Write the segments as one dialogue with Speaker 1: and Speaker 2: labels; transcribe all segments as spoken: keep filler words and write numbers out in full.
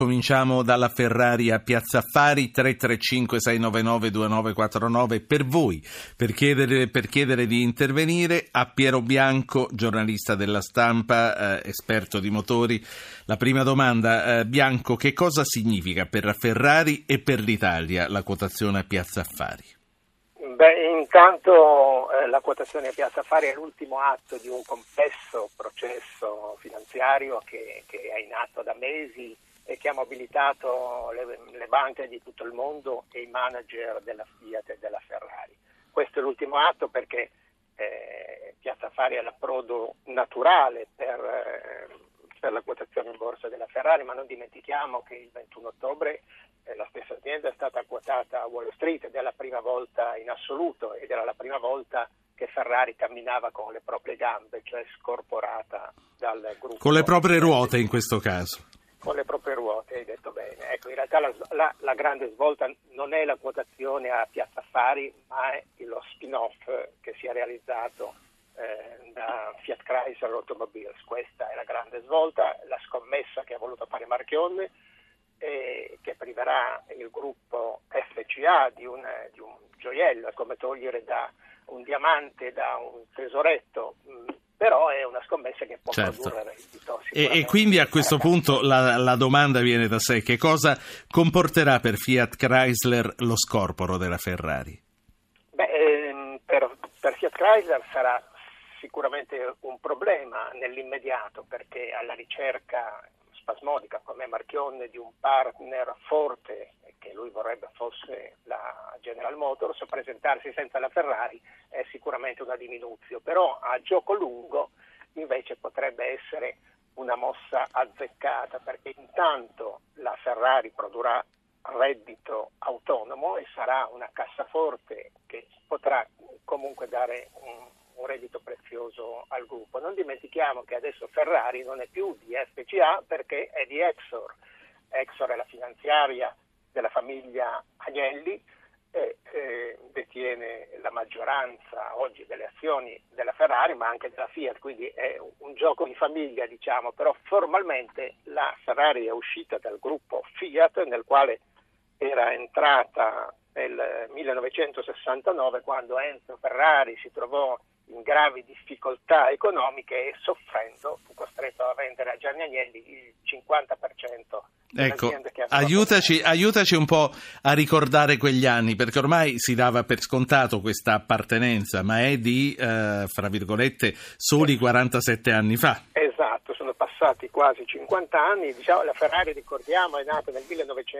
Speaker 1: Cominciamo dalla Ferrari a Piazza Affari. Tre tre cinque sei nove nove due nove quattro nove per voi, per chiedere, per chiedere di intervenire. A Piero Bianco, giornalista della Stampa, eh, esperto di motori. La prima domanda, eh, Bianco, che cosa significa per la Ferrari e per l'Italia la quotazione a Piazza Affari?
Speaker 2: Beh, intanto eh, la quotazione a Piazza Affari è l'ultimo atto di un complesso processo finanziario che, che è in atto da mesi e che ha mobilitato le, le banche di tutto il mondo e i manager della Fiat e della Ferrari. Questo è l'ultimo atto perché eh, Piazza Affari è l'approdo naturale per, eh, per la quotazione in borsa della Ferrari, ma non dimentichiamo che il ventuno ottobre eh, la stessa azienda è stata quotata a Wall Street ed è la prima volta in assoluto ed era la prima volta che Ferrari camminava con le proprie gambe, cioè scorporata dal gruppo.
Speaker 1: Con le proprie ruote in questo caso.
Speaker 2: Con le proprie ruote, hai detto bene. Ecco, in realtà la, la, la grande svolta non è la quotazione a Piazza Affari, ma è lo spin-off che si è realizzato eh, da Fiat Chrysler Automobiles. Questa è la grande svolta, la scommessa che ha voluto fare Marchionne, eh, che priverà il gruppo F C A di un, di un gioiello, è come togliere da un diamante da un tesoretto. Mh, però è una scommessa che può
Speaker 1: certo.
Speaker 2: produrre reddito.
Speaker 1: E, e quindi a questo punto la, la domanda viene da sé: che cosa comporterà per Fiat Chrysler lo scorporo della Ferrari?
Speaker 2: Beh, ehm, per, per Fiat Chrysler sarà sicuramente un problema nell'immediato, perché alla ricerca spasmodica come Marchionne di un partner forte, che lui vorrebbe fosse la General Motors, presentarsi senza la Ferrari è sicuramente una diminuzione, però a gioco lungo invece potrebbe essere una mossa azzeccata, perché intanto la Ferrari produrrà reddito autonomo e sarà una cassaforte che potrà comunque dare un, un reddito prezioso al gruppo. Non dimentichiamo che adesso Ferrari non è più di F C A perché è di Exor. Exor è la finanziaria della famiglia Agnelli e eh, detiene la maggioranza oggi delle azioni della Ferrari, ma anche della Fiat, quindi è un, un gioco di famiglia, diciamo, però formalmente la Ferrari è uscita dal gruppo Fiat, nel quale era entrata nel millenovecentosessantanove, quando Enzo Ferrari si trovò in gravi difficoltà economiche e, soffrendo, fu costretto a vendere a Gianni Agnelli il cinquanta per cento.
Speaker 1: Ecco, aiutaci, aiutaci un po' a ricordare quegli anni, perché ormai si dava per scontato questa appartenenza, ma è di, eh, fra virgolette, soli quarantasette anni fa.
Speaker 2: Esatto, sono passati quasi cinquanta anni. Diciamo, la Ferrari, ricordiamo, è nata nel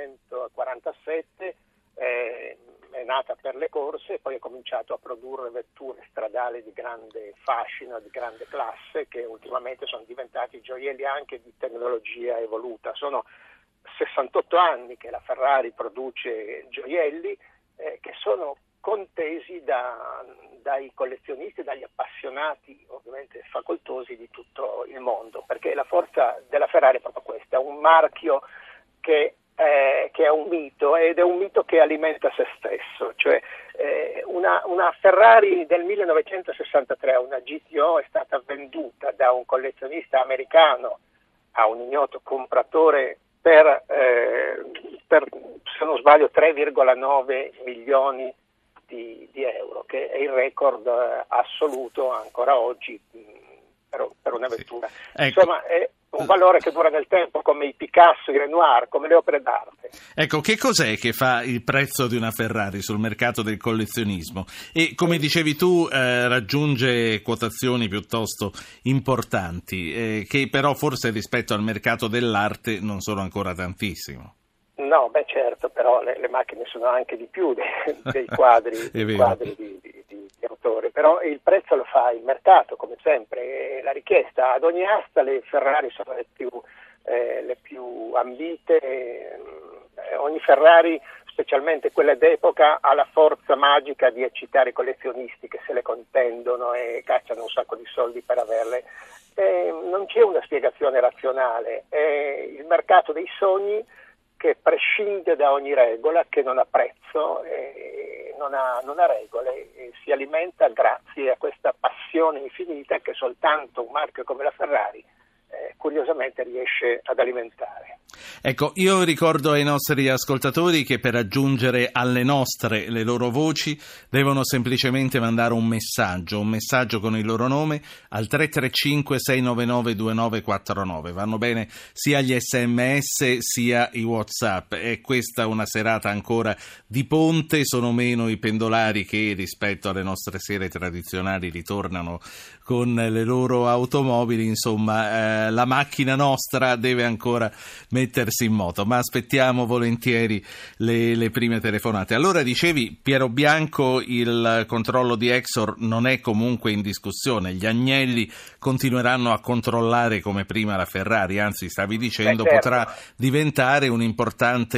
Speaker 2: millenovecentoquarantasette, eh, è nata per le corse e poi ha cominciato a produrre vetture stradali di grande fascino, di grande classe, che ultimamente sono diventati gioielli anche di tecnologia evoluta. Sono sessantotto anni che la Ferrari produce gioielli eh, che sono contesi da, dai collezionisti, dagli appassionati ovviamente facoltosi di tutto il mondo, perché la forza della Ferrari è proprio questa, è un marchio che Eh, che è un mito ed è un mito che alimenta se stesso, cioè eh, una, una Ferrari del millenovecentosessantatré, una G T O, è stata venduta da un collezionista americano a un ignoto compratore per, eh, per se non sbaglio tre virgola nove milioni di, di euro, che è il record eh, assoluto ancora oggi mh, per, per una vettura. Sì. Ecco. Insomma, è un valore che dura nel tempo, come i Picasso, i Renoir, come le opere d'arte.
Speaker 1: Ecco, che cos'è che fa il prezzo di una Ferrari sul mercato del collezionismo? E come dicevi tu, eh, raggiunge quotazioni piuttosto importanti, eh, che però forse rispetto al mercato dell'arte non sono ancora tantissimo.
Speaker 2: No, beh certo, però le, le macchine sono anche di più dei, dei quadri, dei quadri di, di, di, di autore, però il prezzo lo fa il mercato, come sempre, e la richiesta. Ad ogni asta le Ferrari sono le più, eh, le più ambite, eh, ogni Ferrari, specialmente quella d'epoca, ha la forza magica di eccitare i collezionisti che se le contendono e cacciano un sacco di soldi per averle. Eh, non c'è una spiegazione razionale, è il mercato dei sogni che prescinde da ogni regola, che non ha prezzo, e non ha, non ha regole, e si alimenta grazie a questa passione infinita che soltanto un marchio come la Ferrari eh, curiosamente riesce ad alimentare.
Speaker 1: Ecco, io ricordo ai nostri ascoltatori che per aggiungere alle nostre le loro voci devono semplicemente mandare un messaggio, un messaggio con il loro nome al tre tre cinque sei nove nove due nove quattro nove. Vanno bene sia gli sms sia i WhatsApp. È questa una serata ancora di ponte, sono meno i pendolari che rispetto alle nostre sere tradizionali ritornano con le loro automobili, insomma eh, la macchina nostra deve ancora mettersi in moto, ma aspettiamo volentieri le, le prime telefonate. Allora dicevi, Piero Bianco, il controllo di Exor non è comunque in discussione, gli Agnelli continueranno a controllare come prima la Ferrari, anzi stavi dicendo
Speaker 2: Beh, certo.
Speaker 1: potrà diventare un importante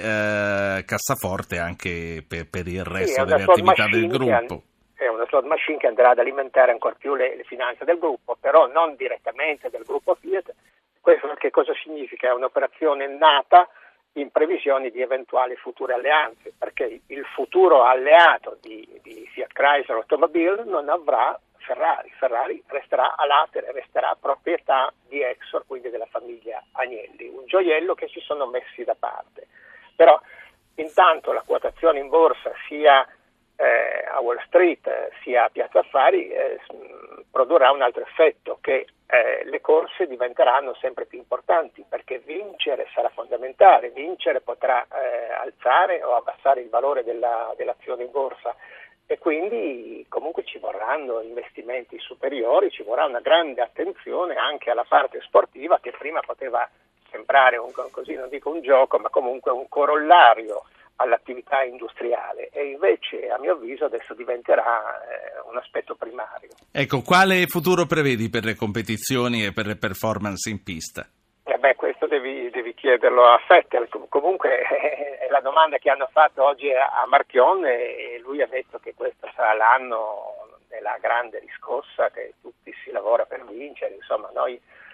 Speaker 1: eh, cassaforte anche per, per il resto
Speaker 2: sì,
Speaker 1: delle attività del gruppo.
Speaker 2: È una slot machine che andrà ad alimentare ancora più le, le finanze del gruppo, però non direttamente del gruppo Fiat. Questo che cosa significa? È un'operazione nata in previsione di eventuali future alleanze, perché il futuro alleato di, di Fiat Chrysler Automobile non avrà Ferrari. Ferrari resterà a latere, resterà proprietà di Exor, quindi della famiglia Agnelli, un gioiello che si sono messi da parte. Però intanto la quotazione in borsa sia Eh, a Wall Street eh, sia a Piazza Affari eh, produrrà un altro effetto, che eh, le corse diventeranno sempre più importanti, perché vincere sarà fondamentale, vincere potrà eh, alzare o abbassare il valore della, dell'azione in borsa, e quindi comunque ci vorranno investimenti superiori, ci vorrà una grande attenzione anche alla parte sportiva, che prima poteva sembrare un, così non dico un gioco, ma comunque un corollario all'attività industriale, e invece a mio avviso adesso diventerà eh, un aspetto primario.
Speaker 1: Ecco, quale futuro prevedi per le competizioni e per le performance in pista?
Speaker 2: Eh beh, questo devi, devi chiederlo a Vettel. Comunque è la domanda che hanno fatto oggi a Marchionne, e lui ha detto che questo sarà l'anno della grande riscossa, che tutti si lavora per vincere. Insomma, noi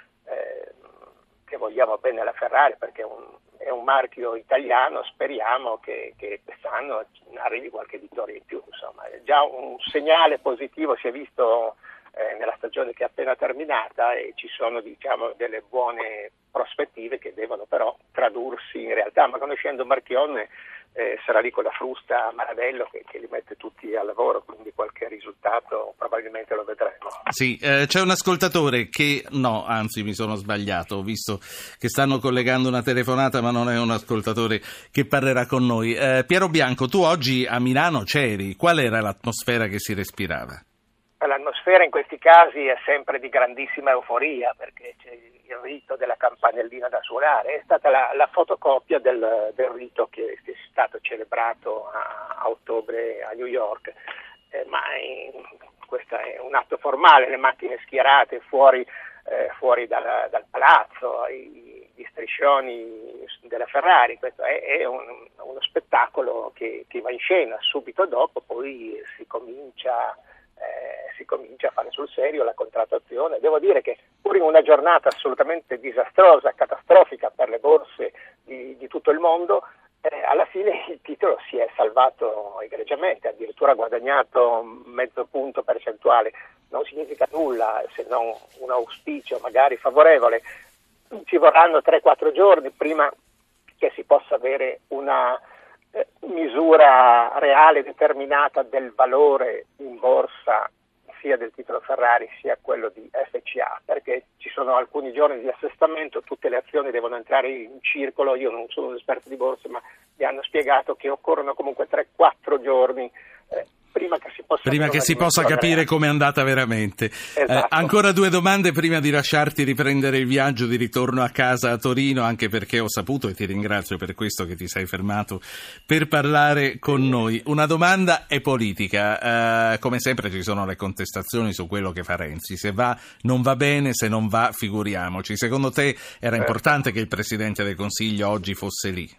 Speaker 2: eh, che vogliamo bene alla Ferrari, perché è un è un marchio italiano, speriamo che, che quest'anno arrivi qualche vittoria in più. Insomma, è già un segnale positivo si è visto eh, nella stagione che è appena terminata, e ci sono, diciamo, delle buone prospettive che devono però tradursi in realtà, ma conoscendo Marchionne eh, sarà lì con la frusta a Maradello che, che li mette tutti al lavoro, quindi qualche risultato probabilmente lo vedremo.
Speaker 1: Sì, eh, c'è un ascoltatore che, no, anzi mi sono sbagliato, ho visto che stanno collegando una telefonata, ma non è un ascoltatore che parlerà con noi. Eh, Piero Bianco, tu oggi a Milano c'eri, qual era l'atmosfera che si respirava?
Speaker 2: L'atmosfera in questi casi è sempre di grandissima euforia, perché c'è il rito della campanellina da suonare. È stata la, la fotocopia del, del rito che è stato celebrato a, a ottobre a New York, eh, ma in, questo è un atto formale, le macchine schierate fuori, eh, fuori dal, dal palazzo, i, gli striscioni della Ferrari. Questo è, è un, uno spettacolo che, che va in scena. Subito dopo poi si comincia Eh, si comincia a fare sul serio la contrattazione. Devo dire che pur in una giornata assolutamente disastrosa, catastrofica per le borse di, di tutto il mondo, eh, alla fine il titolo si è salvato egregiamente, addirittura ha guadagnato mezzo punto percentuale. Non significa nulla se non un auspicio magari favorevole. Ci vorranno tre quattro giorni prima che si possa avere una Eh, misura reale determinata del valore in borsa sia del titolo Ferrari sia quello di F C A, perché ci sono alcuni giorni di assestamento, tutte le azioni devono entrare in circolo. Io non sono un esperto di borsa, ma mi hanno spiegato che occorrono comunque tre quattro giorni eh, prima che si possa
Speaker 1: prima che si possa capire come è andata veramente.
Speaker 2: Esatto.
Speaker 1: Eh, ancora due domande prima di lasciarti riprendere il viaggio di ritorno a casa a Torino, anche perché ho saputo, e ti ringrazio per questo, che ti sei fermato per parlare con noi. Una domanda è politica, eh, come sempre ci sono le contestazioni su quello che fa Renzi, se va non va bene, se non va figuriamoci. Secondo te era importante che il Presidente del Consiglio oggi fosse lì?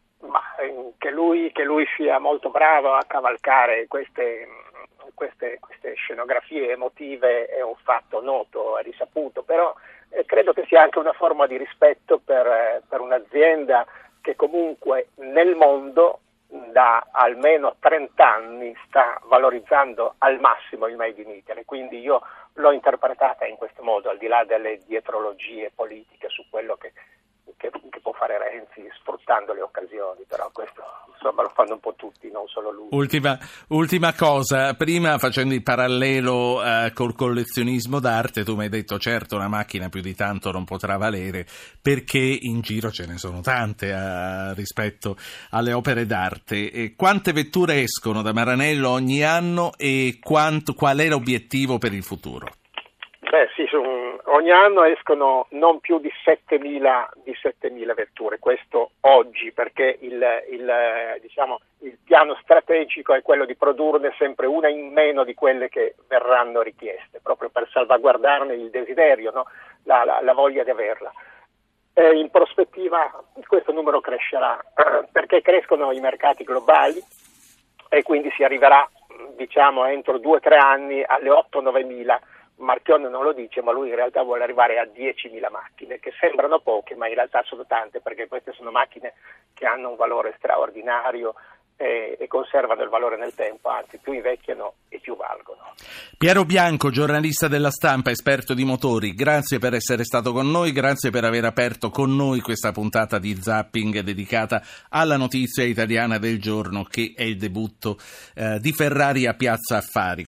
Speaker 2: Che lui, che lui sia molto bravo a cavalcare queste, queste, queste scenografie emotive è un fatto noto, è risaputo, però eh, credo che sia anche una forma di rispetto per, eh, per un'azienda che comunque nel mondo da almeno trenta anni sta valorizzando al massimo il Made in Italy, quindi io l'ho interpretata in questo modo, al di là delle dietrologie politiche su quello che che, che può fare Renzi sfruttando le occasioni, però questo insomma lo fanno un po' tutti, non solo lui.
Speaker 1: Ultima, ultima cosa, prima facendo il parallelo eh, col collezionismo d'arte, tu mi hai detto certo una macchina più di tanto non potrà valere, perché in giro ce ne sono tante eh, rispetto alle opere d'arte. E quante vetture escono da Maranello ogni anno e quanto, qual è l'obiettivo per il futuro?
Speaker 2: Beh sì, su, ogni anno escono non più di settemila, di settemila vetture, questo oggi, perché il, il, diciamo, il piano strategico è quello di produrne sempre una in meno di quelle che verranno richieste, proprio per salvaguardarne il desiderio, no? la, la, la voglia di averla. Eh, in prospettiva questo numero crescerà eh, perché crescono i mercati globali e quindi si arriverà, diciamo, entro due o tre anni alle otto nove mila. Marchionne non lo dice, ma lui in realtà vuole arrivare a diecimila macchine, che sembrano poche, ma in realtà sono tante, perché queste sono macchine che hanno un valore straordinario e, e conservano il valore nel tempo, anzi più invecchiano e più valgono.
Speaker 1: Piero Bianco, giornalista della Stampa, esperto di motori, grazie per essere stato con noi, grazie per aver aperto con noi questa puntata di Zapping dedicata alla notizia italiana del giorno, che è il debutto eh, di Ferrari a Piazza Affari.